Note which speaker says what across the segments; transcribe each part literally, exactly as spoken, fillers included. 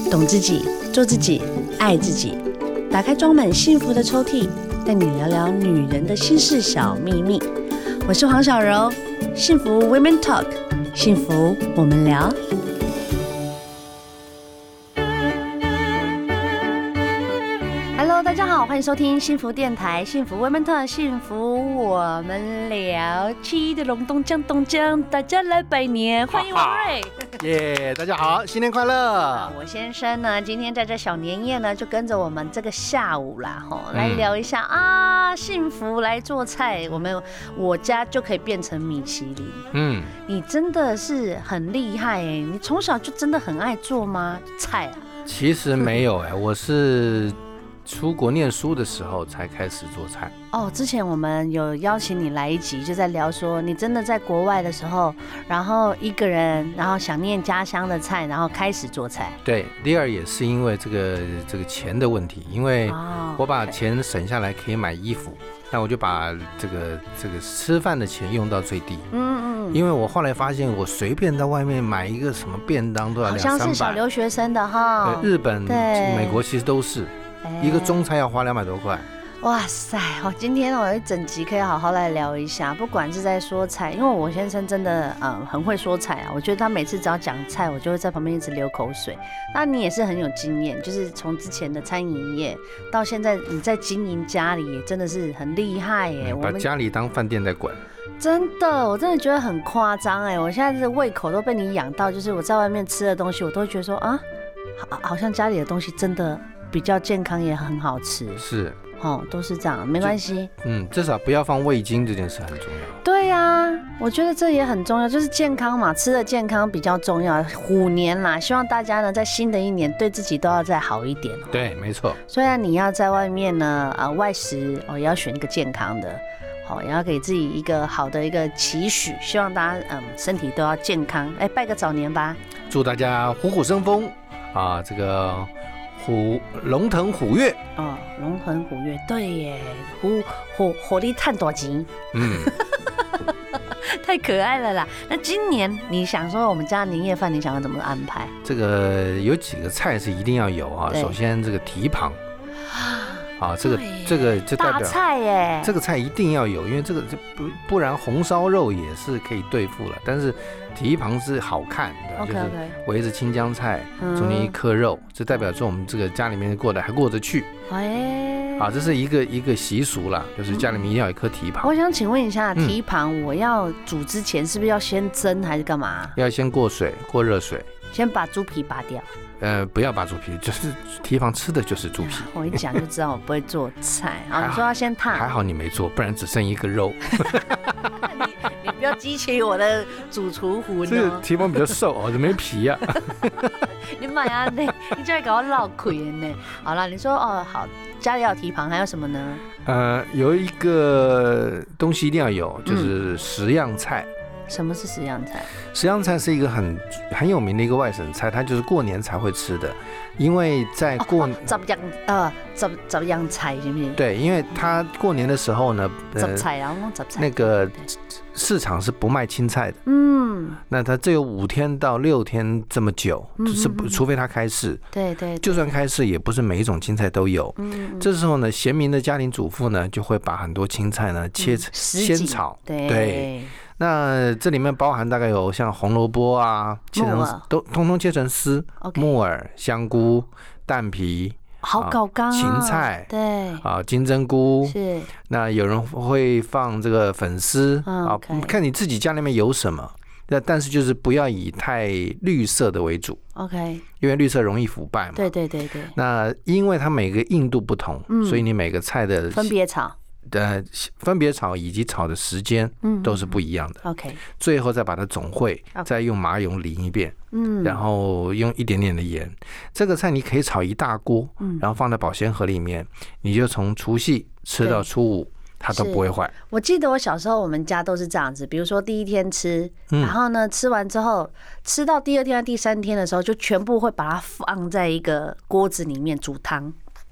Speaker 1: 懂自己，做自己，爱自己。打开装满幸福的抽屉，带你聊聊女人的心事小秘密。我是黄小柔，幸福 Women Talk， 幸福我们聊。Hello， 大家好，欢迎收听幸福电台，幸福 Women Talk， 幸福我们聊。七的隆咚锵咚锵，大家来拜年，欢迎王瑞。
Speaker 2: 耶、yeah, 大家好，新年快乐！
Speaker 1: 我先生呢，今天在这小年夜呢，就跟着我们这个下午啦，吼，来聊一下、嗯、啊，幸福来做菜，我们我家就可以变成米其林。嗯，你真的是很厉害哎、欸，你从小就真的很爱做吗？菜啊？
Speaker 2: 其实没有哎、欸，我是出国念书的时候才开始做菜。
Speaker 1: 哦，之前我们有邀请你来一集，就在聊说你真的在国外的时候，然后一个人，然后想念家乡的菜，然后开始做菜。
Speaker 2: 对，第二也是因为这个这个钱的问题，因为我把钱省下来可以买衣服，那、哦 okay. 我就把这个这个吃饭的钱用到最低。嗯嗯。因为我后来发现，我随便在外面买一个什么便当都要两三百。好像是小
Speaker 1: 留学生的哈。
Speaker 2: 对，日本、美国其实都是。一个中餐要花两百多块，
Speaker 1: 哇塞！我今天我有一整集可以好好来聊一下，不管是在说菜，因为我先生真的呃很会说菜啊，我觉得他每次只要讲菜，我就会在旁边一直流口水。那你也是很有经验，就是从之前的餐饮业到现在你在经营家里，也真的是很厉害耶、
Speaker 2: 嗯！把家里当饭店在管。
Speaker 1: 真的，我真的觉得很夸张哎！我现在的胃口都被你养到，就是我在外面吃的东西，我都会觉得说啊，好, 好像家里的东西真的比较健康，也很好吃。
Speaker 2: 是，
Speaker 1: 哦，都是这样，没关系。
Speaker 2: 嗯，至少不要放味精，这件事很重要。
Speaker 1: 对呀、啊，我觉得这也很重要，就是健康嘛，吃的健康比较重要。虎年啦，希望大家呢在新的一年对自己都要再好一点、哦。
Speaker 2: 对，没错。虽
Speaker 1: 然你要在外面呢，呃，外食哦，也要选一个健康的，好、哦，也要给自己一个好的一个期许，希望大家嗯身体都要健康。哎，拜个早年吧！
Speaker 2: 祝大家虎虎生风啊！这个。虎龙腾虎跃
Speaker 1: 哦，龙腾虎跃，对耶，虎火火力探多钱，嗯，太可爱了啦。那今年你想说我们家年夜饭，你想要怎么安排？
Speaker 2: 这个有几个菜是一定要有啊。首先这个蹄膀。啊，这个这个就代表
Speaker 1: 大菜耶，
Speaker 2: 这个菜一定要有，因为这个不不然红烧肉也是可以对付了，但是蹄膀是好看的，
Speaker 1: okay,
Speaker 2: 就是围着青江菜，中间一颗肉，这代表说我们这个家里面过得还过得去。哎，啊，这是一个一个习俗啦，就是家里面一定要有一颗蹄膀。
Speaker 1: 我想请问一下，蹄膀我要煮之前是不是要先蒸还是干嘛？
Speaker 2: 要先过水，过热水，
Speaker 1: 先把猪皮拔掉。
Speaker 2: 呃，不要拔猪皮，就是蹄膀吃的就是猪皮。
Speaker 1: 我一讲就知道我不会做菜啊！你说要先烫，
Speaker 2: 还好你没做，不然只剩一个肉。
Speaker 1: 你你不要激起我的主厨魂哦。
Speaker 2: 这个蹄膀比较瘦哦，没皮啊。
Speaker 1: 你买啊，你你就会搞我闹亏呢。好了，你说哦，好，家里要有蹄膀，还有什么呢？
Speaker 2: 呃，有一个东西一定要有，就是十样菜。嗯，
Speaker 1: 什么是十样菜？
Speaker 2: 十样菜是一个很很有名的一个外省菜，它就是过年才会吃的，因为在过
Speaker 1: 十样呃十十样菜是不是？
Speaker 2: 对，因为它过年的时候呢，
Speaker 1: 十菜然后十菜
Speaker 2: 那个市场是不卖青菜的，嗯，那它只有五天到六天这么久，嗯嗯嗯，是除非它开市，
Speaker 1: 对 对, 对，
Speaker 2: 就算开市也不是每一种青菜都有，嗯嗯，这时候呢，贤明的家庭主妇呢就会把很多青菜呢切成先炒，
Speaker 1: 对。
Speaker 2: 对，那这里面包含大概有像红萝卜啊，切成都通通切成丝， okay. 木耳、香菇、蛋皮，
Speaker 1: 好搞刚啊，
Speaker 2: 芹菜，
Speaker 1: 对
Speaker 2: 啊，金针菇
Speaker 1: 是。那
Speaker 2: 有人会放这个粉丝、嗯、啊， okay. 看你自己家里面有什么。但是就是不要以太绿色的为主 ，OK， 因为绿色容易腐败嘛。
Speaker 1: 对对对对。
Speaker 2: 那因为它每个硬度不同，嗯、所以你每个菜的
Speaker 1: 分别炒。
Speaker 2: 呃，分别炒以及炒的时间都是不一样的。
Speaker 1: OK，
Speaker 2: 最后再把它总会， okay. 再用麻油淋一遍，嗯，然后用一点点的盐。这个菜你可以炒一大锅，嗯，然后放在保鲜盒里面，你就从除夕吃到初五，它都不会坏。
Speaker 1: 我记得我小时候我们家都是这样子，比如说第一天吃，嗯、然后呢吃完之后，吃到第二天、第三天的时候，就全部会把它放在一个锅子里面煮汤。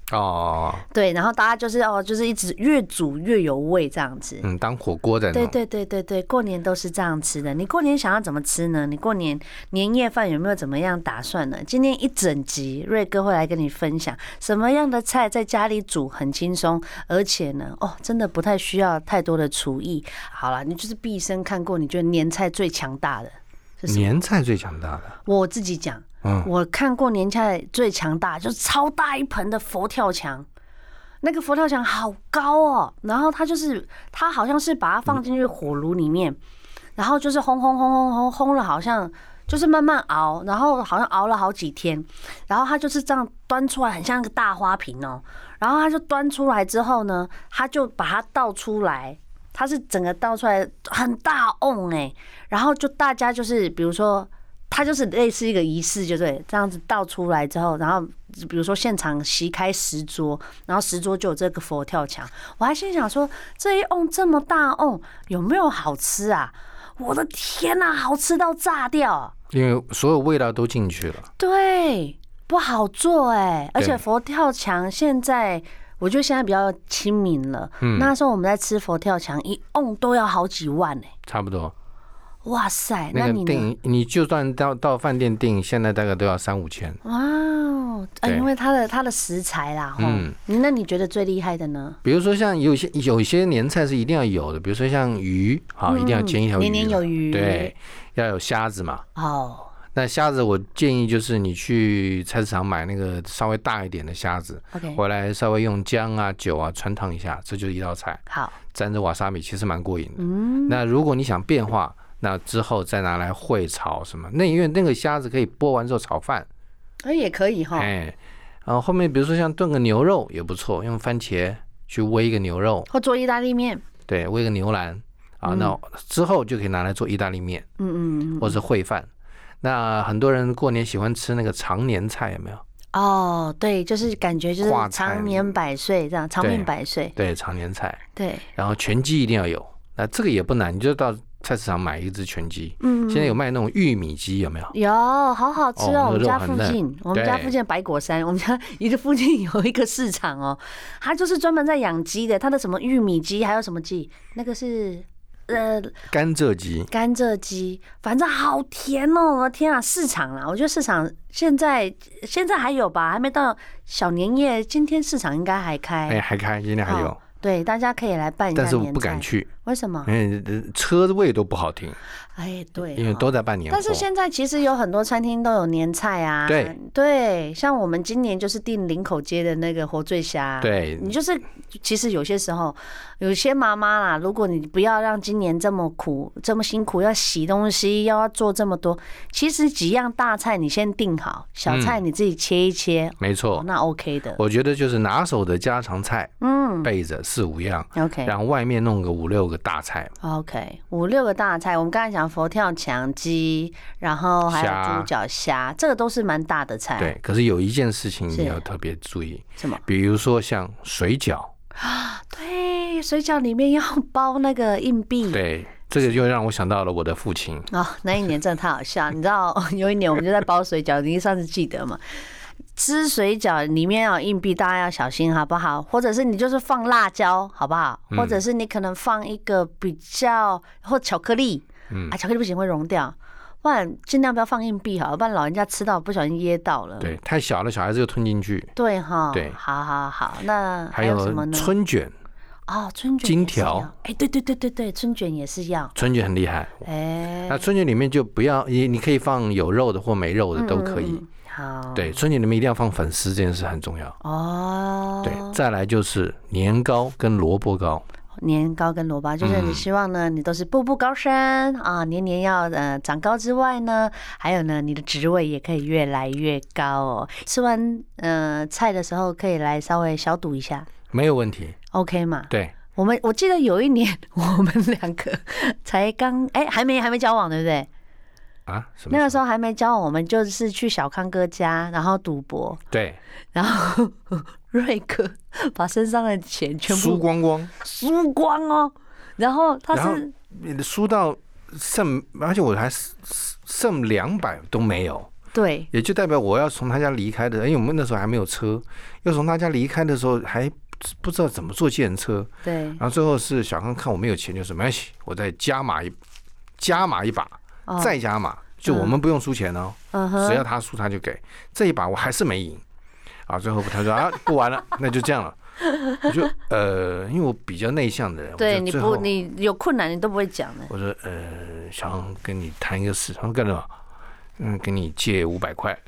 Speaker 2: 哦，
Speaker 1: 对，然后大家就是哦，就是一直越煮越有味这样子。
Speaker 2: 嗯，当火锅在弄。
Speaker 1: 对对对对对，过年都是这样吃的。你过年想要怎么吃呢？你过年年夜饭有没有怎么样打算呢？今天一整集瑞哥会来跟你分享什么样的菜在家里煮很轻松，而且呢，哦，真的不太需要太多的厨艺。好了，你就是毕生看过，你觉得年菜最强大的是什么？
Speaker 2: 年菜最强大的，
Speaker 1: 我自己讲。嗯、我看过年菜最强大，就是超大一盆的佛跳墙，那个佛跳墙好高哦，然后它就是它好像是把它放进去火炉里面，然后就是烘烘烘烘烘烘了，好像就是慢慢熬，然后好像熬了好几天，然后它就是这样端出来，很像一个大花瓶哦，然后它就端出来之后呢，它就把它倒出来。它是整个倒出来很大瓮哎，然后就大家就是比如说。它就是类似一个仪式，就对，这样子倒出来之后，然后比如说现场席开十桌，然后十桌就有这个佛跳墙。我还心想说，这一瓮这么大瓮有没有好吃啊？我的天哪，好吃到炸掉！
Speaker 2: 因为所有味道都进去了。
Speaker 1: 对，不好做哎、欸，而且佛跳墙现在。我觉得现在比较亲民了，嗯，那时候我们在吃佛跳墙，一瓮都要好几万哎、欸，
Speaker 2: 差不多。
Speaker 1: 哇塞，
Speaker 2: 那个订你就算到到饭店订，现在大概都要三五千。
Speaker 1: 哇哦，呃，因为它的它的食材啦，嗯，那你觉得最厉害的呢？
Speaker 2: 比如说像有些有些年菜是一定要有的，比如说像鱼，好，一定要煎一条鱼，
Speaker 1: 年年有余，
Speaker 2: 对，要有虾子嘛。
Speaker 1: 哦。
Speaker 2: 那虾子我建议就是你去菜市场买那个稍微大一点的虾子，
Speaker 1: okay.
Speaker 2: 回来稍微用姜啊酒啊穿烫一下，这就是一道菜。
Speaker 1: 好，
Speaker 2: 沾着瓦萨比其实蛮过瘾的。嗯，那如果你想变化，那之后再拿来烩炒什么，那因为那个虾子可以剥完之后炒饭，
Speaker 1: 哎也可以哈。
Speaker 2: 哎，然后后面比如说像炖个牛肉也不错，用番茄去煨一个牛肉，
Speaker 1: 或做意大利面，
Speaker 2: 对，煨个牛腩啊，那之后就可以拿来做意大利面，嗯嗯，或者烩饭。那很多人过年喜欢吃那个长年菜，有没有？
Speaker 1: 哦，对，就是感觉就是长年百岁这样，长命百岁。
Speaker 2: 对，长年菜。
Speaker 1: 对。
Speaker 2: 然后全鸡一定要有，那这个也不难，你就到菜市场买一只全鸡。嗯。现在有卖那种玉米鸡，有没有？
Speaker 1: 有，好好吃哦。我们家附近，我们家附近百果山，我们家一个附近有一个市场哦，它就是专门在养鸡的，它的什么玉米鸡，还有什么鸡，那个是。呃，
Speaker 2: 甘蔗鸡，
Speaker 1: 甘蔗鸡，反正好甜哦！我的天啊，市场啦，我觉得市场现在现在还有吧，还没到小年夜，今天市场应该还开，
Speaker 2: 哎，还开，今天还有。哦、
Speaker 1: 对，大家可以来办一下年菜。
Speaker 2: 但是我不敢去，
Speaker 1: 为什么？
Speaker 2: 因为车位都不好停。
Speaker 1: 哎，对，
Speaker 2: 因为都在办年货。
Speaker 1: 但是现在其实有很多餐厅都有年菜啊。
Speaker 2: 对
Speaker 1: 对，像我们今年就是订林口街的那个活醉虾。
Speaker 2: 对，
Speaker 1: 你就是其实有些时候，有些妈妈啦，如果你不要让今年这么苦、这么辛苦，要洗东西，要做这么多，其实几样大菜你先订好，小菜你自己切一切，嗯、
Speaker 2: 没错、
Speaker 1: 哦，那 OK 的。
Speaker 2: 我觉得就是拿手的家常菜，嗯，备着四五样
Speaker 1: ，OK，
Speaker 2: 然后外面弄个五六个大菜
Speaker 1: ，OK， 五六个大菜，我们刚才讲佛跳墙。鸡，然后还有猪脚虾，这个都是蛮大的菜。
Speaker 2: 对，可是有一件事情你要特别注意，
Speaker 1: 什么？
Speaker 2: 比如说像水饺
Speaker 1: 啊，对，水饺里面要包那个硬币。
Speaker 2: 对，这个就让我想到了我的父亲。
Speaker 1: 哦，那一年真的太好笑，你知道，有一年我们就在包水饺，你上次记得吗？吃水饺里面要硬币，大家要小心好不好？或者是你就是放辣椒好不好？或者是你可能放一个比较或巧克力。嗯啊，巧克力不行会融掉，不然尽量不要放硬币好，不然老人家吃到不小心噎到了。
Speaker 2: 对，太小了，小孩子就吞进去。
Speaker 1: 对哈，
Speaker 2: 对，
Speaker 1: 好好好，那还有什么呢？
Speaker 2: 春卷
Speaker 1: 哦，春卷
Speaker 2: 金条，
Speaker 1: 哎，对对对对对，春卷也是要。
Speaker 2: 春卷很厉害，
Speaker 1: 哎，
Speaker 2: 那春卷里面就不要你，你可以放有肉的或没肉的都可以。
Speaker 1: 好，
Speaker 2: 对，春卷里面一定要放粉丝，这件事很重要。
Speaker 1: 哦，
Speaker 2: 对，再来就是年糕跟萝卜糕。
Speaker 1: 年糕跟萝卜，就是你希望呢，你都是步步高升啊，年年要呃长高之外呢，还有呢，你的职位也可以越来越高哦。吃完呃菜的时候，可以来稍微小赌一下，
Speaker 2: 没有问题
Speaker 1: ，OK 嘛？
Speaker 2: 对，
Speaker 1: 我们我记得有一年我们两个才刚哎还没还没交往，对不对？
Speaker 2: 啊，
Speaker 1: 那个时候还没交往，我们就是去小康哥家，然后赌博，
Speaker 2: 对，
Speaker 1: 然后瑞哥把身上的钱全部
Speaker 2: 输光光，
Speaker 1: 输光哦，然后他是
Speaker 2: 输到剩，而且我还剩两百都没有，
Speaker 1: 对，
Speaker 2: 也就代表我要从他家离开的，因为我们那时候还没有车，要从他家离开的时候还不知道怎么坐计程车。
Speaker 1: 对，
Speaker 2: 然后最后是小康看我没有钱，就是没关系，我再加码一加码一把，哦、再加码，就我们不用输钱哦，嗯、只要他输他就给。这一把我还是没赢，啊，最后他说啊不玩了，那就这样了。我就呃，因为我比较内向的人，
Speaker 1: 对，你不你有困难你都不会讲的。
Speaker 2: 我说呃，想跟你谈一个事，他说干什么？嗯，跟你借五百块。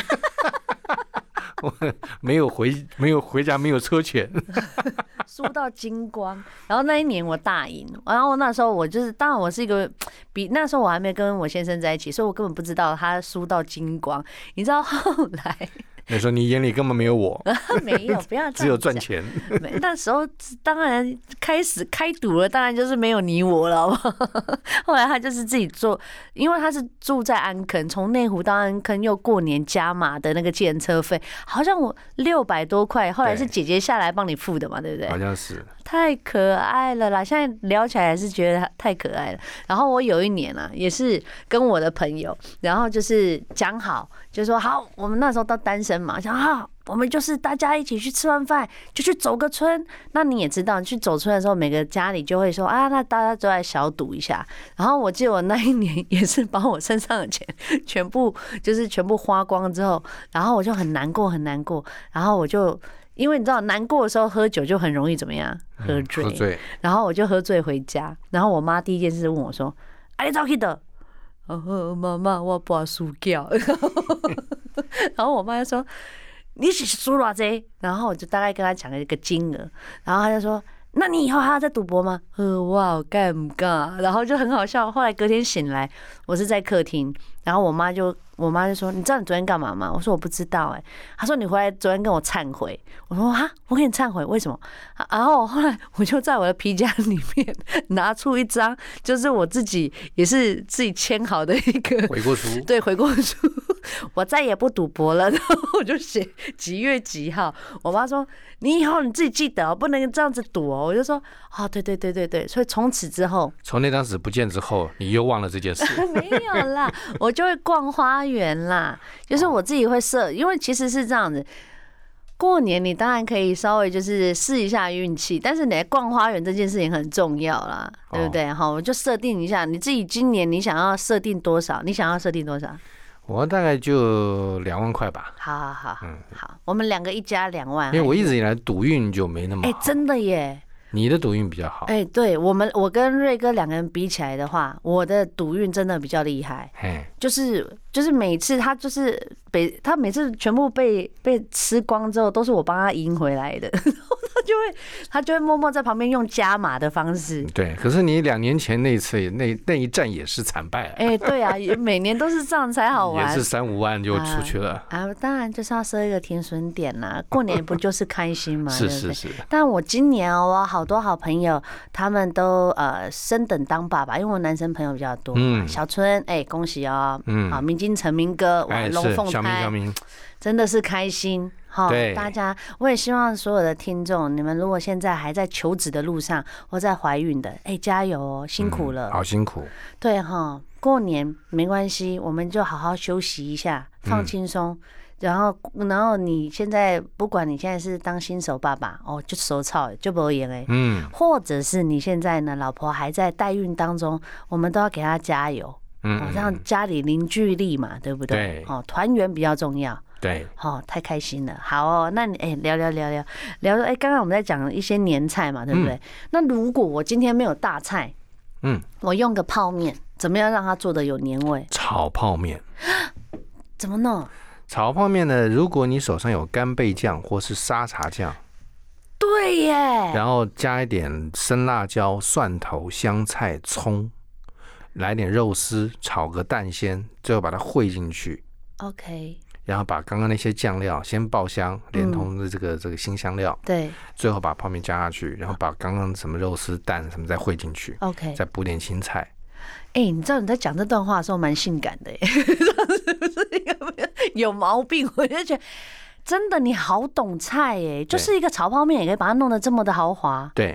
Speaker 2: 我没有回，没有回家，没有车钱，
Speaker 1: 输到精光。然后那一年我大赢，然后那时候我就是，当然我是一个比那时候我还没跟我先生在一起，所以我根本不知道他输到精光。你知道后来？
Speaker 2: 你说你眼里根本没有我，
Speaker 1: 没有，不要这样，
Speaker 2: 只有赚钱。
Speaker 1: 那时候当然开始开赌了，当然就是没有你我了，好不好？后来他就是自己做，因为他是住在安坑，从内湖到安坑又过年加码的那个计程车费，好像我六百多块，后来是姐姐下来帮你付的嘛，对不对？
Speaker 2: 好像是。
Speaker 1: 太可爱了啦！现在聊起来还是觉得太可爱了。然后我有一年啊，也是跟我的朋友，然后就是讲好，就说好，我们那时候都单身嘛，想好，我们就是大家一起去吃完饭就去走个村。那你也知道，去走村的时候，每个家里就会说啊，那大家都来小赌一下。然后我记得我那一年也是把我身上的钱全部就是全部花光之后，然后我就很难过很难过，然后我就。因为你知道难过的时候喝酒就很容易怎么样喝醉，嗯、喝醉，然后我就喝醉回家，然后我妈第一件事问我说：“啊，你怎么去的？”哦，妈妈，我把输掉。然后我妈就说：“你是输多少？”然后我就大概跟她讲了一个金额，然后她就说：“那你以后还要再赌博吗？”呃，我好尴尬，然后就很好笑。后来隔天醒来，我是在客厅，然后我妈就。我妈就说：“你知道你昨天干嘛吗？”我说：“我不知道。”哎，她说：“你回来昨天跟我忏悔。”我说：“啊，我跟你忏悔，为什么？”然后后来我就在我的皮夹里面拿出一张，就是我自己也是自己签好的一个
Speaker 2: 悔过书，
Speaker 1: 对，悔过书，我再也不赌博了。然后我就写几月几号。我妈说：“你以后你自己记得哦，不能这样子赌哦。”我就说：“哦，对对对对对。”所以从此之后，
Speaker 2: 从那张纸不见之后，你又忘了这件事？
Speaker 1: 没有啦，我就会逛花园。园啦，就是我自己会设，因为其实是这样子。过年你当然可以稍微就是试一下运气，但是你来逛花园这件事情很重要啦，对不对？好，我就设定一下，你自己今年你想要设定多少？你想要设定多少？
Speaker 2: 我大概就两万块吧。
Speaker 1: 好好好，嗯，好，我们两个一家两万。
Speaker 2: 因为我一直以来赌运就没那么好。
Speaker 1: 哎，真的耶。
Speaker 2: 你的赌运比较好，
Speaker 1: 哎、欸，对我们，我跟瑞哥两个人比起来的话，我的赌运真的比较厉害，就是就是每次他就是被他每次全部被被吃光之后，都是我帮他赢回来的，然后他就会他就会默默在旁边用加码的方式。
Speaker 2: 对，可是你两年前那一次那那一战也是惨败了。
Speaker 1: 哎、欸，对啊，每年都是这样才好玩，
Speaker 2: 也是三五万就出去了
Speaker 1: 啊, 啊！当然就是要设一个停损点啦，过年不就是开心吗？
Speaker 2: 是是是。
Speaker 1: 但我今年哦，我好多好朋友他们都呃升等当爸爸，因为我男生朋友比较多嘛。嗯、小春，哎、欸，恭喜哦！嗯，好，明金成明哥，哇，龙凤胎，真的是开心。好，大家，我也希望所有的听众，你们如果现在还在求子的路上，或在怀孕的，哎、欸，加油哦，辛苦了，
Speaker 2: 嗯、好辛苦。
Speaker 1: 对哈，过年没关系，我们就好好休息一下，放轻松。嗯，然后，然后你现在不管你现在是当新手爸爸哦，就手操就不演哎，嗯，或者是你现在呢，老婆还在代孕当中，我们都要给她加油，嗯，哦，让家里凝聚力嘛，对不对？对，哦，团圆比较重要。
Speaker 2: 对，
Speaker 1: 哦，太开心了。好哦，那你哎，聊聊聊聊聊说，哎，刚刚我们在讲一些年菜嘛，对不对？嗯，那如果我今天没有大菜，嗯，我用个泡面，怎么样让它做的有年味？
Speaker 2: 炒泡面，
Speaker 1: 怎么弄？
Speaker 2: 炒泡面呢，如果你手上有干贝酱或是沙茶酱，
Speaker 1: 对耶，
Speaker 2: 然后加一点生辣椒、蒜头、香菜、葱，来点肉丝，炒个蛋鲜，最后把它烩进去。
Speaker 1: OK。
Speaker 2: 然后把刚刚那些酱料先爆香，连同的这个、嗯、这个新香料，
Speaker 1: 对，
Speaker 2: 最后把泡面加下去，然后把刚刚什么肉丝、蛋什么再烩进去。
Speaker 1: OK。再
Speaker 2: 补点青菜。
Speaker 1: 哎、欸，你知道你在讲这段话的时候蛮性感的耶，是不是有毛病？我就觉得真的你好懂菜耶，就是一个炒泡面也可以把它弄得这么的豪华。
Speaker 2: 对，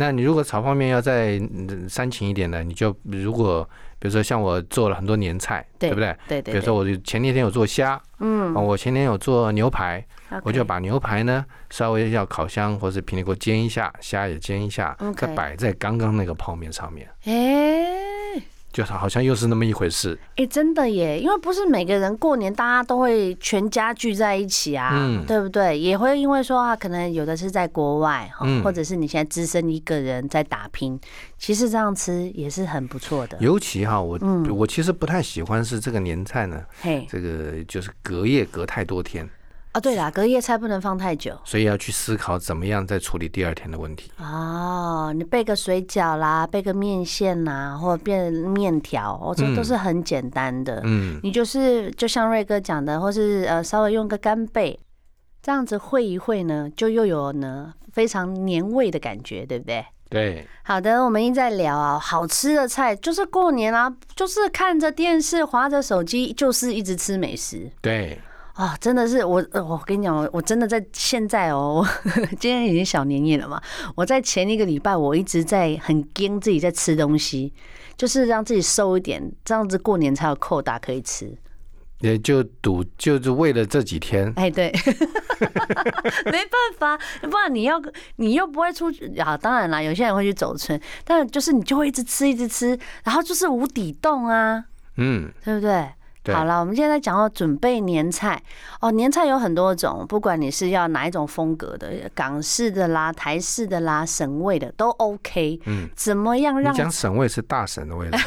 Speaker 2: 那你如果炒泡面要再煽情一点的，你就如果比如说像我做了很多年菜， 对, 对不对？
Speaker 1: 对对。
Speaker 2: 比如说我前几天有做虾，嗯，我前天有做牛排， okay. 我就把牛排呢稍微要烤箱或者平底锅煎一下，虾也煎一下， okay. 再摆在刚刚那个泡面上面。哎。就好像又是那么一回事。
Speaker 1: 哎、欸，真的耶，因为不是每个人过年大家都会全家聚在一起啊，嗯、对不对？也会因为说啊，可能有的是在国外，嗯、或者是你现在只身一个人在打拼，其实这样吃也是很不错的。
Speaker 2: 尤其哈，我、嗯、我其实不太喜欢是这个年菜呢，嘿，这个就是隔夜隔太多天。
Speaker 1: 啊，对啦，隔夜菜不能放太久，
Speaker 2: 所以要去思考怎么样再处理第二天的问题。
Speaker 1: 哦，你备个水饺啦，备个面线啦，或者变面条，哦，这都是很简单的。嗯，你就是就像瑞哥讲的，或是呃稍微用个干贝，这样子烩一烩呢，就又有呢非常年味的感觉，对不对？
Speaker 2: 对。
Speaker 1: 好的，我们一直在聊啊，好吃的菜就是过年啊，就是看着电视，滑着手机，就是一直吃美食。
Speaker 2: 对。
Speaker 1: 哦，真的是我，我跟你讲，我真的在现在哦，今天已经小年夜了嘛。我在前一个礼拜，我一直在很盯自己在吃东西，就是让自己瘦一点，这样子过年才有扣打可以吃。
Speaker 2: 也就赌，就是为了这几天。
Speaker 1: 哎，对，没办法，不然你要你又不会出去啊。当然啦，有些人会去走村，但就是你就会一直吃，一直吃，然后就是无底洞啊，嗯，对不对？好了，我们现在讲到准备年菜哦，年菜有很多种，不管你是要哪一种风格的，港式的啦、台式的啦、省味的都 OK。嗯，怎么样让？
Speaker 2: 你讲省味是大省的味道。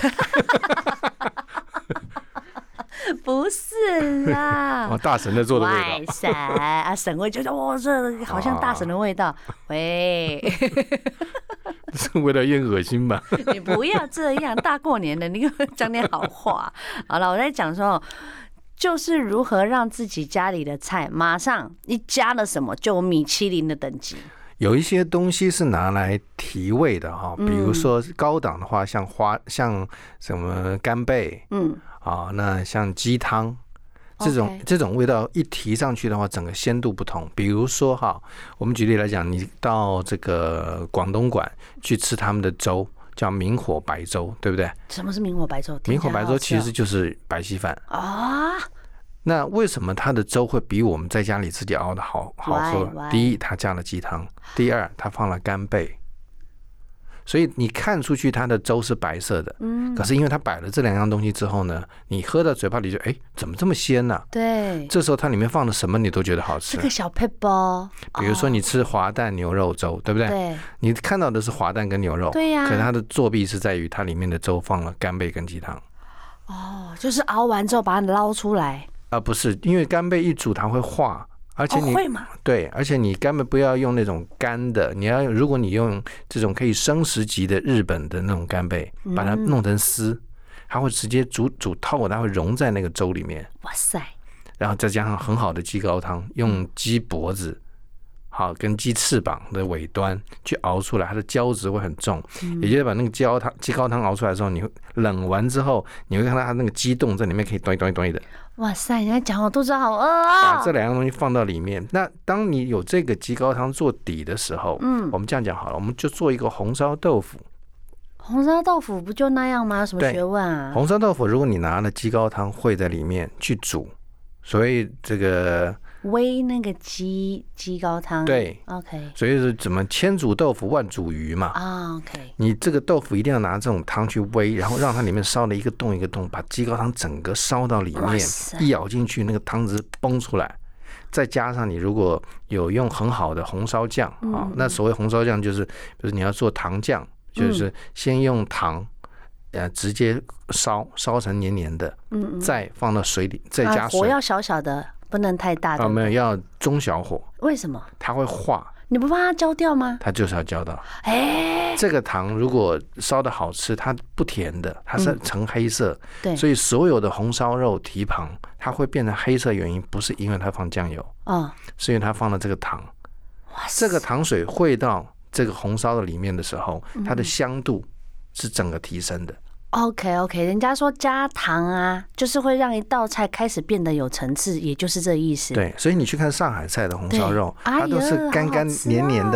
Speaker 1: 不是啦，
Speaker 2: 哦，大神在做的味道。
Speaker 1: 外省啊，省味就是哇，这好像大神的味道。哦、喂，
Speaker 2: 是为了有点恶心吧？
Speaker 1: 你不要这样，大过年的，你给我讲点好话。好了，我在讲说，就是如何让自己家里的菜马上一加了什么就有米其林的等级。
Speaker 2: 有一些东西是拿来提味的哈，比如说高档的话，像花像什么干贝，嗯，啊，那像鸡汤这种、okay. 这种味道一提上去的话，整个鲜度不同。比如说哈，我们举例来讲，你到这个广东馆去吃他们的粥，叫明火白粥，对不对？
Speaker 1: 什么是明火白粥？
Speaker 2: 明火白粥其实就是白稀饭啊。那为什么它的粥会比我们在家里自己熬的好好喝？
Speaker 1: Why? Why?
Speaker 2: 第一，它加了鸡汤；第二，它放了干贝，所以你看出去它的粥是白色的。嗯，可是因为它摆了这两样东西之后呢，你喝到嘴巴里就哎，怎么这么鲜呢、啊？
Speaker 1: 对，
Speaker 2: 这时候它里面放了什么你都觉得好吃。
Speaker 1: 这个小撇步，
Speaker 2: 比如说你吃滑蛋牛肉粥，对不对？
Speaker 1: 对，
Speaker 2: 你看到的是滑蛋跟牛肉，
Speaker 1: 对呀、啊。
Speaker 2: 可是它的作弊是在于它里面的粥放了干贝跟鸡汤。
Speaker 1: 哦，就是熬完之后把它捞出来。
Speaker 2: 啊，不是，因为干贝一煮它会化，而且你、
Speaker 1: 哦、会吗？
Speaker 2: 对，而且你干贝不要用那种干的，你要如果你用这种可以生食级的日本的那种干贝，把它弄成丝，它会直接煮煮透，它会融在那个粥里面。
Speaker 1: 哇塞！
Speaker 2: 然后再加上很好的鸡高汤，用鸡脖子。好，跟鸡翅膀的尾端去熬出来，它的胶质会很重，嗯、也就是把那个鸡高汤、鸡高汤熬出来的时候，你冷完之后，你会看到它那个鸡冻在里面可以端一端一端的。
Speaker 1: 哇塞，你在讲我肚子好饿啊！
Speaker 2: 把这两样东西放到里面，那当你有这个鸡高汤做底的时候，嗯，我们这样讲好了，我们就做一个红烧豆腐。
Speaker 1: 红烧豆腐不就那样吗？有什么学问啊？
Speaker 2: 红烧豆腐，如果你拿了鸡高汤烩在里面去煮，所以这个。
Speaker 1: 煨那个鸡鸡高汤，
Speaker 2: 对
Speaker 1: ，OK，
Speaker 2: 所以是怎么千煮豆腐万煮鱼嘛
Speaker 1: 啊 ，OK，
Speaker 2: 你这个豆腐一定要拿这种汤去煨，然后让它里面烧了一个洞一个洞，把鸡高汤整个烧到里面，一咬进去那个汤汁崩出来，再加上你如果有用很好的红烧酱啊、嗯，那所谓红烧酱就是，比如你要做糖酱，就是先用糖。呃，直接烧烧成黏黏的，嗯嗯，再放到水里，再加水，
Speaker 1: 啊、火要小小的，不能太大的。
Speaker 2: 啊，没有，要中小火。
Speaker 1: 为什么？
Speaker 2: 它会化。
Speaker 1: 你不怕它焦掉吗？
Speaker 2: 它就是要焦到。哎、欸，这个糖如果烧的好吃，它不甜的，它是呈黑色。嗯、对。所以所有的红烧肉蹄膀，它会变成黑色，原因不是因为它放酱油，哦，是因为它放了这个糖。哇塞！这个糖水汇到这个红烧的里面的时候，它的香度是整个提升的。
Speaker 1: OK OK， 人家说加糖啊，就是会让一道菜开始变得有层次，也就是这意思。
Speaker 2: 对，所以你去看上海菜的红烧肉，它都是干干黏黏的，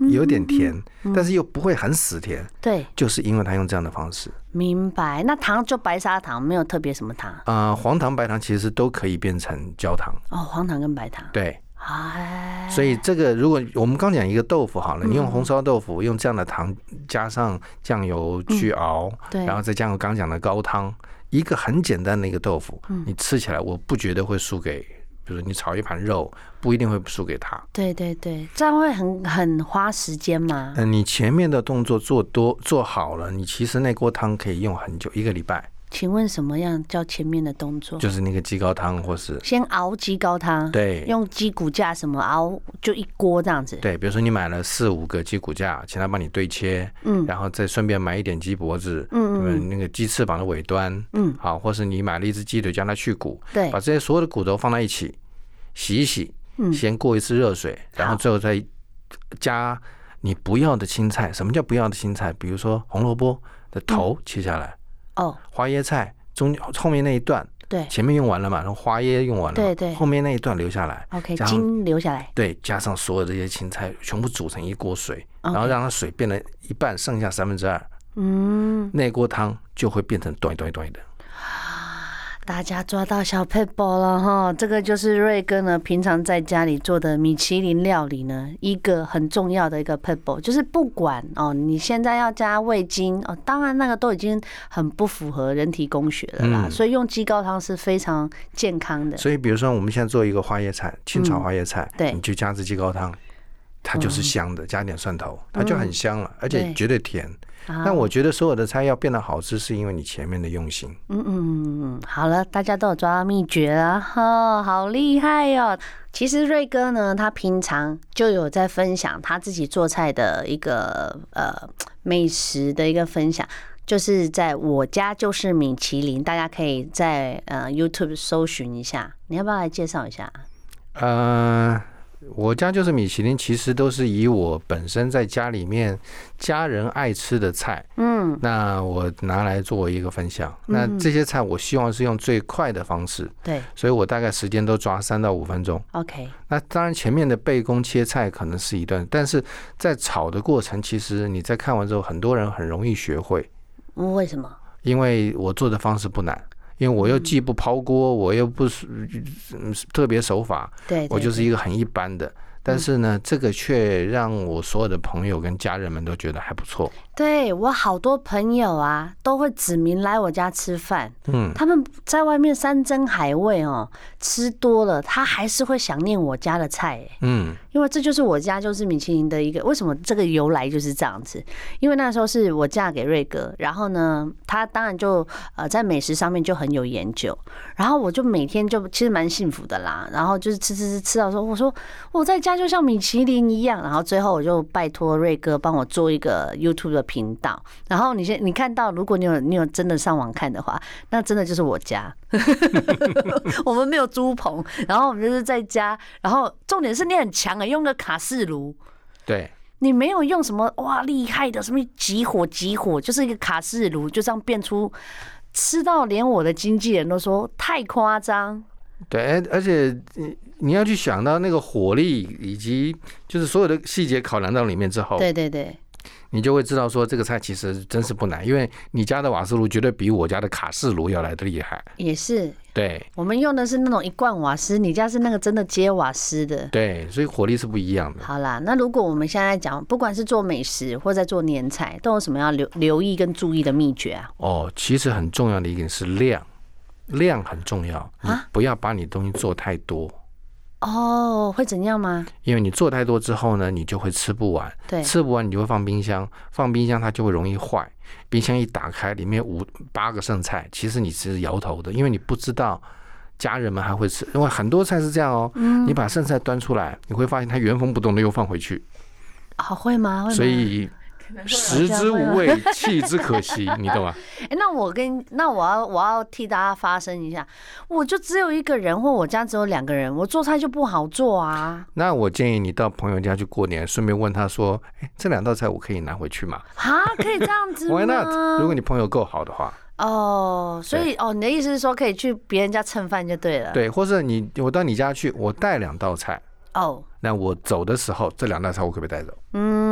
Speaker 2: 有点甜，嗯、但是又不会很死甜。
Speaker 1: 对，
Speaker 2: 就是因为它用这样的方式。
Speaker 1: 明白。那糖就白砂糖，没有特别什么糖
Speaker 2: 啊、呃？黄糖、白糖其实都可以变成焦糖。
Speaker 1: 哦，黄糖跟白糖。
Speaker 2: 对。所以这个，如果我们刚讲一个豆腐好了，你用红烧豆腐用这样的糖加上酱油去熬，嗯、对，然后再加上刚讲的高汤，一个很简单的一个豆腐，嗯、你吃起来我不觉得会输给，比如你炒一盘肉，不一定会输给它。
Speaker 1: 对对对，这样会很很花时间吗？
Speaker 2: 嗯，你前面的动作做多做好了，你其实那锅汤可以用很久，一个礼拜。
Speaker 1: 请问什么样叫前面的动作？
Speaker 2: 就是那个鸡高汤，或是
Speaker 1: 先熬鸡高汤，
Speaker 2: 对，
Speaker 1: 用鸡骨架什么熬，就一锅这样子。
Speaker 2: 对，比如说你买了四五个鸡骨架，请他帮你对切，嗯，然后再顺便买一点鸡脖子，嗯嗯，那个鸡翅膀的尾端，嗯，好，或是你买了一只鸡腿，将它去骨，对，把这些所有的骨头放在一起，洗一洗，嗯，先过一次热水，然后最后再加你不要的青菜。什么叫不要的青菜？比如说红萝卜的头切下来。哦，花椰菜中后面那一段，对，前面用完了嘛，然后花椰用完了，对对，后面那一段留下来
Speaker 1: ，OK， 筋留下来，
Speaker 2: 对，加上所有这些青菜，全部煮成一锅水， okay. 然后让它水变了一半，剩下三分之二，嗯，那锅汤就会变成短短短的。
Speaker 1: 大家抓到小撇步了哈，这个就是瑞哥呢平常在家里做的米其林料理呢，一个很重要的一个撇步，就是不管哦你现在要加味精哦，当然那个都已经很不符合人体工学了啦，嗯、所以用鸡高汤是非常健康的。
Speaker 2: 所以比如说我们现在做一个花椰菜，清炒花椰菜，嗯、对，你就加这鸡高汤，它就是香的，嗯、加点蒜头，它就很香了，嗯、而且绝对甜。但我觉得所有的菜要变得好吃，是因为你前面的用心。
Speaker 1: 嗯嗯嗯，好了，大家都有抓到秘诀了哦，好厉害哦！其实瑞哥呢，他平常就有在分享他自己做菜的一个呃美食的一个分享，就是在我家就是米其林，大家可以在呃 YouTube 搜寻一下。你要不要来介绍一下？
Speaker 2: 呃。我家就是米其林，其实都是以我本身在家里面家人爱吃的菜，嗯，那我拿来做一个分享。那这些菜我希望是用最快的方式，对，所以我大概时间都抓三到五分钟。OK， 那当然前面的备工切菜可能是一段，但是在炒的过程，其实你在看完之后，很多人很容易学会。
Speaker 1: 为什么？
Speaker 2: 因为我做的方式不难。因为我又既不抛锅，我又不是特别手法，对，我就是一个很一般的。但是呢，这个却让我所有的朋友跟家人们都觉得还不错。
Speaker 1: 对，我好多朋友啊，都会指名来我家吃饭。嗯，他们在外面山珍海味哦，吃多了，他还是会想念我家的菜。嗯，因为这就是我家就是米其林的一个，为什么这个由来就是这样子？因为那时候是我嫁给瑞哥，然后呢，他当然就呃在美食上面就很有研究，然后我就每天就其实蛮幸福的啦。然后就是吃吃吃吃到说，我说我在家就像米其林一样，然后最后我就拜托瑞哥帮我做一个 YouTube 的频道。然后你先你看到，如果你有你有真的上网看的话，那真的就是我家。我们没有租棚，然后我们就是在家。然后重点是你很强啊，用个卡式炉。
Speaker 2: 对。
Speaker 1: 你没有用什么哇厉害的什么急火急火，就是一个卡式炉，就这样变出，吃到连我的经纪人都说太夸张。
Speaker 2: 对，而且你要去想到那个火力以及就是所有的细节考量到里面之后，
Speaker 1: 对对对，
Speaker 2: 你就会知道说这个菜其实真是不难，因为你家的瓦斯炉绝对比我家的卡式炉要来的厉害。
Speaker 1: 也是，
Speaker 2: 对，
Speaker 1: 我们用的是那种一罐瓦斯，你家是那个真的接瓦斯的，
Speaker 2: 对，所以火力是不一样的。
Speaker 1: 好啦，那如果我们现在讲，不管是做美食或在做年菜，都有什么要留留意跟注意的秘诀啊？
Speaker 2: 哦，其实很重要的一点是量。量很重要，你不要把你东西做太多。
Speaker 1: 哦，会怎样吗？
Speaker 2: 因为你做太多之后呢，你就会吃不完。对，吃不完你就会放冰箱，放冰箱它就会容易坏。冰箱一打开，里面五八个剩菜，其实你是摇头的，因为你不知道家人们还会吃。因为很多菜是这样哦，嗯、你把剩菜端出来，你会发现它原封不动的又放回去。
Speaker 1: 好、哦，会吗？会吗？
Speaker 2: 所以。食之无味，弃之可惜，你懂吗？
Speaker 1: 哎、欸，那我跟那我要我要替大家发声一下，我就只有一个人，或我家只有两个人，我做菜就不好做啊。
Speaker 2: 那我建议你到朋友家去过年，顺便问他说：“哎、欸，这两道菜我可以拿回去吗？”
Speaker 1: 啊，可以这样子吗
Speaker 2: ？Why not？ 如果你朋友够好的话。
Speaker 1: 哦，所以哦，你的意思是说可以去别人家蹭饭就对了。
Speaker 2: 对，或者你我到你家去，我带两道菜。哦，那我走的时候，这两道菜我可不可以带走？嗯。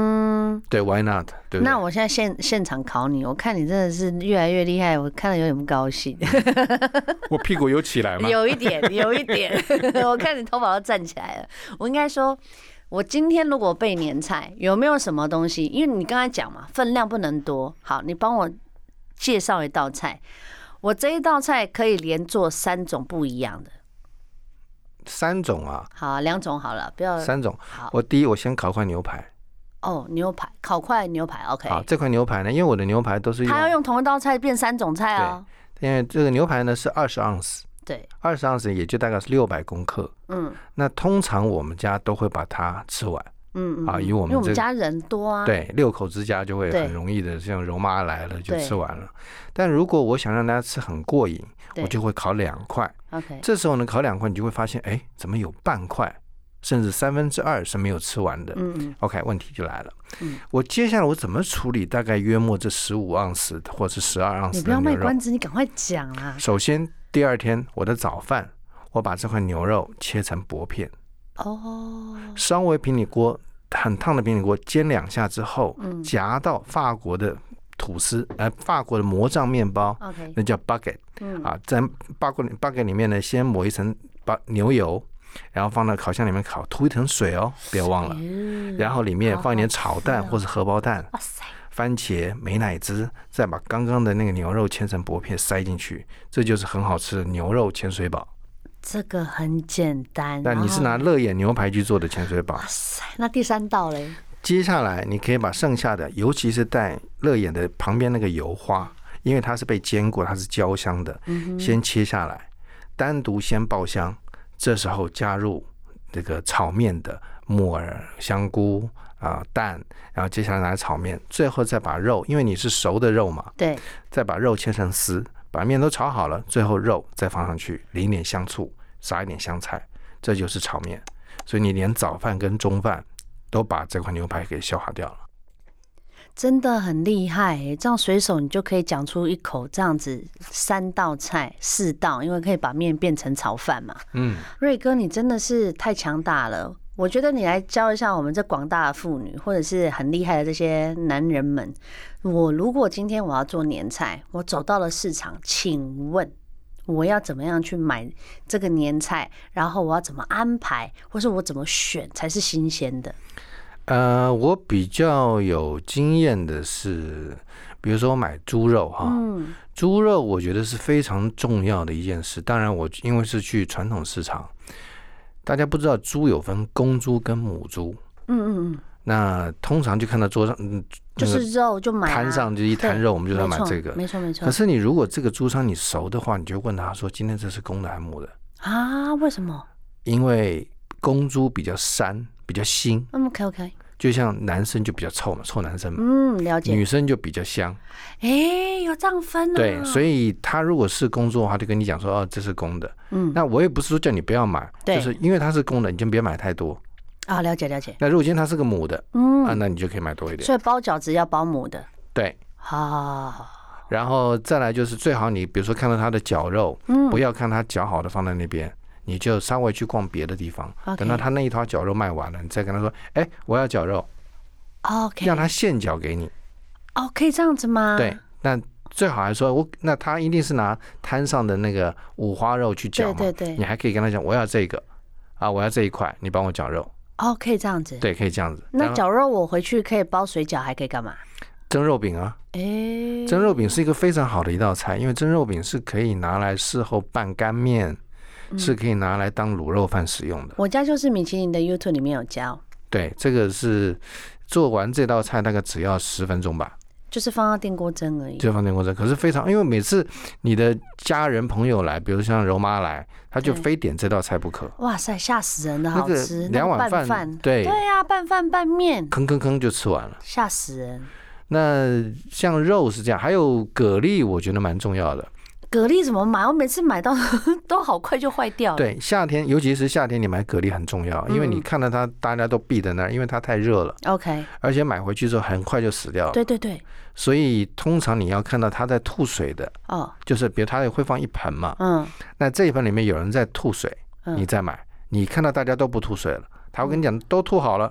Speaker 2: 哼，对 ，Why not？ 对不对？
Speaker 1: 那我现在现现场考你，我看你真的是越来越厉害，我看了有点不高兴。
Speaker 2: 我屁股有起来吗？
Speaker 1: 有一点，有一点。我看你头发都站起来了。我应该说，我今天如果备年菜，有没有什么东西？因为你刚才讲嘛，分量不能多。好，你帮我介绍一道菜，我这一道菜可以连做三种不一样的。
Speaker 2: 三种啊？
Speaker 1: 好，两种好了，不要
Speaker 2: 三种。
Speaker 1: 好，
Speaker 2: 我第一，我先烤块牛排。
Speaker 1: 哦，牛排，烤块牛排 ，OK。
Speaker 2: 好，这块牛排呢，因为我的牛排都是用，
Speaker 1: 他要用同一道菜变三种菜哦。
Speaker 2: 因为这个牛排呢是二十盎司，
Speaker 1: 对，
Speaker 2: 二十盎司也就大概是六百公克。嗯，那通常我们家都会把它吃完。嗯啊，以我们、这个、
Speaker 1: 因为我们家人多啊，
Speaker 2: 对，六口之家就会很容易的，像柔妈来了就吃完了。但如果我想让大家吃很过瘾，我就会烤两块。
Speaker 1: OK，
Speaker 2: 这时候呢，烤两块你就会发现，哎，怎么有半块？甚至三分之二是没有吃完的。嗯 OK， 问题就来了。嗯，我接下来我怎么处理大概约莫这十五盎司或者是十二盎司的牛肉？
Speaker 1: 你不要卖关子，你赶快讲啦。
Speaker 2: 首先，第二天我的早饭，我把这块牛肉切成薄片。哦。稍微平底锅，很烫的平底锅煎两下之后，嗯，夹到法国的吐司，呃，法国的魔杖面包。OK， 那叫 baguette。嗯。啊，在 baguette baguette 里面呢，先抹一层牛油。然后放到烤箱里面烤，涂一层水哦，不要忘了。然后里面放一点炒蛋或是荷包蛋，番茄、美乃滋，再把刚刚的那个牛肉切成薄片塞进去，这就是很好吃的牛肉潜水堡。
Speaker 1: 这个很简单。
Speaker 2: 但你是拿乐眼牛排去做的潜水堡。哇
Speaker 1: 塞，那第三道嘞？
Speaker 2: 接下来你可以把剩下的，尤其是带乐眼的旁边那个油花，因为它是被煎过，它是焦香的，嗯、先切下来，单独先爆香。这时候加入这个炒面的木耳、香菇啊、呃、蛋，然后接下来拿来炒面，最后再把肉，因为你是熟的肉嘛，
Speaker 1: 对，
Speaker 2: 再把肉切成丝，把面都炒好了，最后肉再放上去，淋点香醋，撒一点香菜，这就是炒面。所以你连早饭跟中饭都把这块牛排给消化掉了。
Speaker 1: 真的很厉害耶，这样随手你就可以讲出一口这样子三道菜四道，因为可以把面变成炒饭嘛。嗯，瑞哥你真的是太强大了，我觉得你来教一下我们这广大的妇女或者是很厉害的这些男人们。我如果今天我要做年菜，我走到了市场，请问我要怎么样去买这个年菜，然后我要怎么安排，或是我怎么选才是新鲜的？
Speaker 2: 呃，我比较有经验的是，比如说我买猪肉哈，嗯，猪肉我觉得是非常重要的一件事。当然，我因为是去传统市场，大家不知道猪有分公猪跟母猪，嗯嗯嗯。那通常就看到桌上，嗯，
Speaker 1: 就是肉就买、啊，
Speaker 2: 摊上就一摊肉，我们就要买这个，
Speaker 1: 没错没错。
Speaker 2: 可是你如果这个猪商你熟的话，你就问他说，今天这是公的还是母的
Speaker 1: 啊？为什么？因
Speaker 2: 为公猪比较膻，比较腥。
Speaker 1: 嗯 ，OK OK。
Speaker 2: 就像男生就比较臭嘛，臭男生嘛，
Speaker 1: 嗯，了解。
Speaker 2: 女生就比较香，
Speaker 1: 哎，有这样分啊？
Speaker 2: 对，所以他如果是公猪的话，就跟你讲说，哦，这是公的，嗯，那我也不是说叫你不要买，就是因为它是公的，你就别买太多
Speaker 1: 啊，了解了解。
Speaker 2: 那如果今天它是个母的，嗯，啊，那你就可以买多一点。
Speaker 1: 所以包饺子要包母的，
Speaker 2: 对，
Speaker 1: 啊，
Speaker 2: 然后再来就是最好你比如说看到它的绞肉，嗯，不要看它绞好的放在那边。你就稍微去逛别的地方， okay. 等到他那一套绞肉卖完了，你再跟他说，哎，我要绞肉
Speaker 1: ，OK，
Speaker 2: 让他现绞给你。
Speaker 1: 哦，可以这样子吗？
Speaker 2: 对，那最好还说我，那他一定是拿摊上的那个五花肉去绞嘛，
Speaker 1: 对对对，
Speaker 2: 你还可以跟他讲，我要这个啊，我要这一块，你帮我绞肉。
Speaker 1: 哦，可以这样子。
Speaker 2: 对，可以这样子。
Speaker 1: 那绞肉我回去可以包水饺，还可以干嘛？
Speaker 2: 蒸肉饼啊，哎，蒸肉饼是一个非常好的一道菜，因为蒸肉饼是可以拿来事后拌干面。是可以拿来当卤肉饭使用的。
Speaker 1: 我家就是米其林的 YouTube 里面有教。
Speaker 2: 对，这个是做完这道菜大概只要十分钟吧，
Speaker 1: 就是放到电锅蒸而已。
Speaker 2: 就放电锅蒸，可是非常，因为每次你的家人朋友来，比如像柔妈来，他就非点这道菜不可。
Speaker 1: 哇塞，吓死人的好吃！
Speaker 2: 两碗饭，饭对
Speaker 1: 对呀、啊，拌饭拌面，
Speaker 2: 吭吭吭就吃完了，
Speaker 1: 吓死人。
Speaker 2: 那像肉是这样，还有蛤蜊，我觉得蛮重要的。
Speaker 1: 蛤蜊怎么买？我每次买到都好快就坏掉了。
Speaker 2: 对，夏天尤其是夏天，你买蛤蜊很重要，因为你看到它大家都避在那儿，因为它太热了。
Speaker 1: OK。
Speaker 2: 而且买回去之后很快就死掉了。
Speaker 1: 对对对。
Speaker 2: 所以通常你要看到它在吐水的，哦，就是比如它会放一盆嘛，嗯，那这一盆里面有人在吐水，你再买，你看到大家都不吐水了，他会跟你讲都吐好了，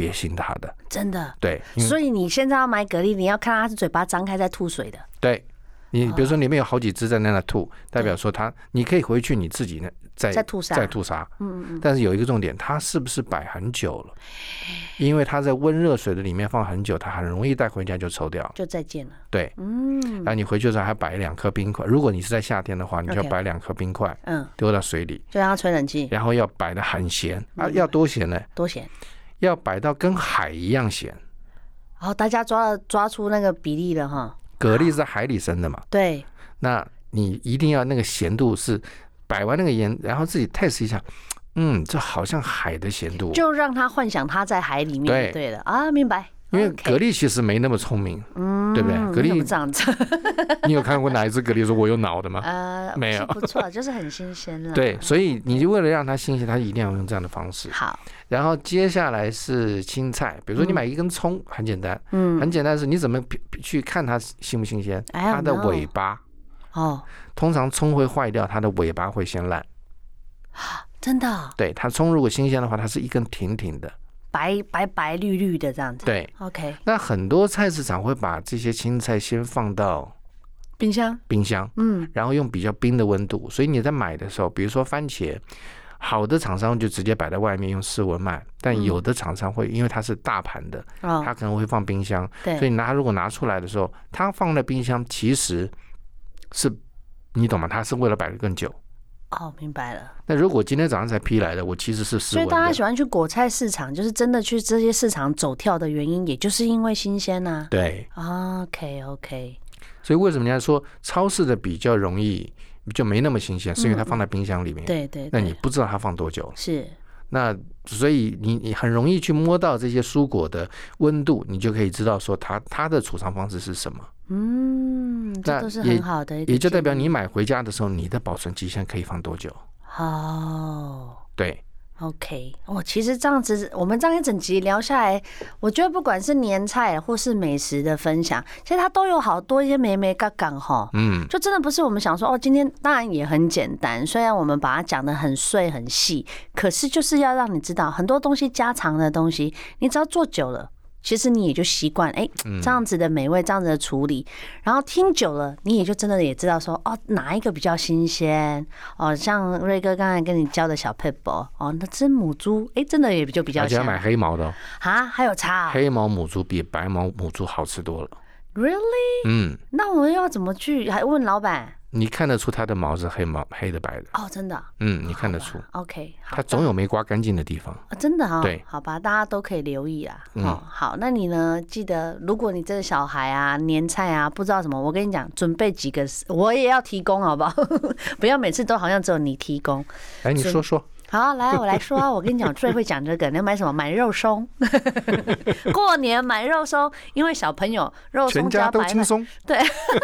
Speaker 2: 别信他的，
Speaker 1: 真的。
Speaker 2: 对，
Speaker 1: 所以你现在要买蛤蜊，你要看它是嘴巴张开在吐水的。
Speaker 2: 对，你比如说里面有好几只在那吐，代表说它，你可以回去你自己呢再
Speaker 1: 再吐沙，
Speaker 2: 再吐沙。
Speaker 1: 嗯嗯。
Speaker 2: 但是有一个重点，它是不是摆很久了？因为它在温热水的里面放很久，它很容易带回家就臭掉，
Speaker 1: 就再见了。
Speaker 2: 对，
Speaker 1: 嗯。
Speaker 2: 然后你回去的时候还摆两颗冰块，如果你是在夏天的话，你就要摆两颗冰块，嗯，丢到水里，
Speaker 1: 就让它吹冷气，
Speaker 2: 然后要摆得很咸啊，要多咸呢？
Speaker 1: 多咸？
Speaker 2: 要摆到跟海一样咸。
Speaker 1: 哦，大家抓抓出那个比例了哈。
Speaker 2: 蛤蜊是在海里生的嘛？
Speaker 1: 对。
Speaker 2: 那你一定要那个咸度是摆完那个盐，然后自己 test 一下，嗯，这好像海的咸度，
Speaker 1: 就让他幻想他在海里面。对对了啊，明白。
Speaker 2: 因为蛤蜊其实没那么聪明，嗯，对不对？蛤蜊
Speaker 1: 这样子，
Speaker 2: 你有看过哪一只蛤蜊说我有脑的吗？
Speaker 1: 呃，
Speaker 2: 没有，
Speaker 1: 不错，就是很新鲜了。
Speaker 2: 对，所以你为了让它新鲜，它一定要用这样的方式。
Speaker 1: 好，
Speaker 2: 然后接下来是青菜，比如说你买一根葱，很简单，嗯，很简单的是你怎么去看它新不新鲜？它的尾巴，哦，通常葱会坏掉，它的尾巴会先烂。
Speaker 1: 真的？
Speaker 2: 对，它葱如果新鲜的话，它是一根挺挺的。
Speaker 1: 白白白绿绿的这样子，
Speaker 2: 对
Speaker 1: ，OK。
Speaker 2: 那很多菜市场会把这些青菜先放到
Speaker 1: 冰箱，
Speaker 2: 冰箱，嗯，然后用比较冰的温度，所以你在买的时候，比如说番茄，好的厂商就直接摆在外面用室温卖，但有的厂商会因为它是大盘的，嗯，它可能会放冰箱，对，所以拿如果拿出来的时候，它放在冰箱其实是，你懂吗？它是为了摆得更久。
Speaker 1: 哦，明白了。
Speaker 2: 那如果今天早上才批来的，我其实是室温的。
Speaker 1: 所以大家喜欢去果菜市场，就是真的去这些市场走跳的原因，也就是因为新鲜呐。
Speaker 2: 对
Speaker 1: ，OK OK。
Speaker 2: 所以为什么人家说超市的比较容易就没那么新鲜，是因为它放在冰箱里面。
Speaker 1: 对对。
Speaker 2: 那你不知道它放多久。
Speaker 1: 是。
Speaker 2: 那所以你你很容易去摸到这些蔬果的温度，你就可以知道说它它的储藏方式是什么。
Speaker 1: 嗯，这都是很好的一个，
Speaker 2: 也就代表你买回家的时候，你的保存期限可以放多久？
Speaker 1: 哦，
Speaker 2: 对
Speaker 1: ，OK， 哦，其实这样子，我们这样一整集聊下来，我觉得不管是年菜或是美食的分享，其实它都有好多一些眉眉角角哈，嗯，就真的不是我们想说哦，今天当然也很简单，虽然我们把它讲得很碎很细，可是就是要让你知道很多东西家常的东西，你只要做久了。其实你也就习惯，哎，这样子的美味，这样子的处理，然后听久了，你也就真的也知道说，哦，哪一个比较新鲜，哦，像瑞哥刚才跟你教的小撇步，哦，那只母猪，哎，真的也就比较香。
Speaker 2: 而且要买黑毛的哦。
Speaker 1: 啊，还有差哦。
Speaker 2: 黑毛母猪比白毛母猪好吃多了。
Speaker 1: Really？
Speaker 2: 嗯。
Speaker 1: 那我要怎么去？还问老板？
Speaker 2: 你看得出它的毛是黑毛黑的白的
Speaker 1: 哦，真的。
Speaker 2: 嗯，你看得出。
Speaker 1: OK，
Speaker 2: 它总有没刮干净的地方。
Speaker 1: 啊，真的哈。
Speaker 2: 对，
Speaker 1: 好吧，大家都可以留意啦。哦，好，那你呢？记得，如果你这个小孩啊，年菜啊，不知道什么，我跟你讲，准备几个，我也要提供，好不好？不要每次都好像只有你提供。
Speaker 2: 哎，你说说。
Speaker 1: 好，来，我来说啊，我跟你讲，最会讲这个，你要买什么？买肉松。过年买肉松，因为小朋友肉松加白饭，对，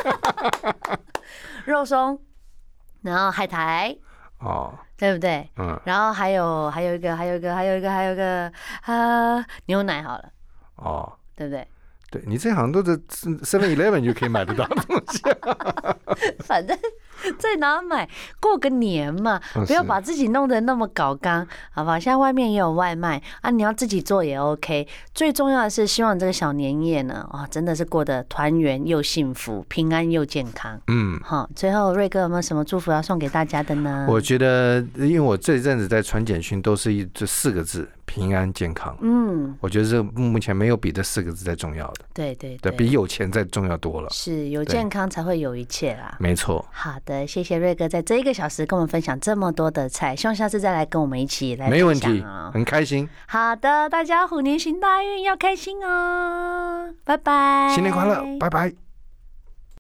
Speaker 1: 肉松，然后海苔，哦，对不对？嗯，然后还有还有一个，还有一个，还有一个，还有一个啊，牛奶好了，哦，对不对？
Speaker 2: 对，你这好像都是 seven eleven 就可以买得到的东西。
Speaker 1: 反正在哪买，过个年嘛，不要把自己弄得那么搞刚，好不好？现在外面也有外卖啊，你要自己做也 OK。最重要的是，希望这个小年夜呢，哦，真的是过得团圆又幸福，平安又健康。嗯，好，最后瑞哥有没有什么祝福要送给大家的呢？
Speaker 2: 我觉得，因为我这一阵子在传简讯，都是这四个字。平安健康，嗯，我觉得这目前没有比这四个字再重要的，
Speaker 1: 对对对，
Speaker 2: 比有钱再重要多了。
Speaker 1: 是有健康才会有一切啦，
Speaker 2: 没错。
Speaker 1: 好的，谢谢瑞哥在这一个小时跟我们分享这么多的菜，希望下次再来跟我们一起来分享。
Speaker 2: 没问题，很开心。
Speaker 1: 好的，大家虎年行大运，要开心哦，拜拜，
Speaker 2: 新年快乐，拜拜。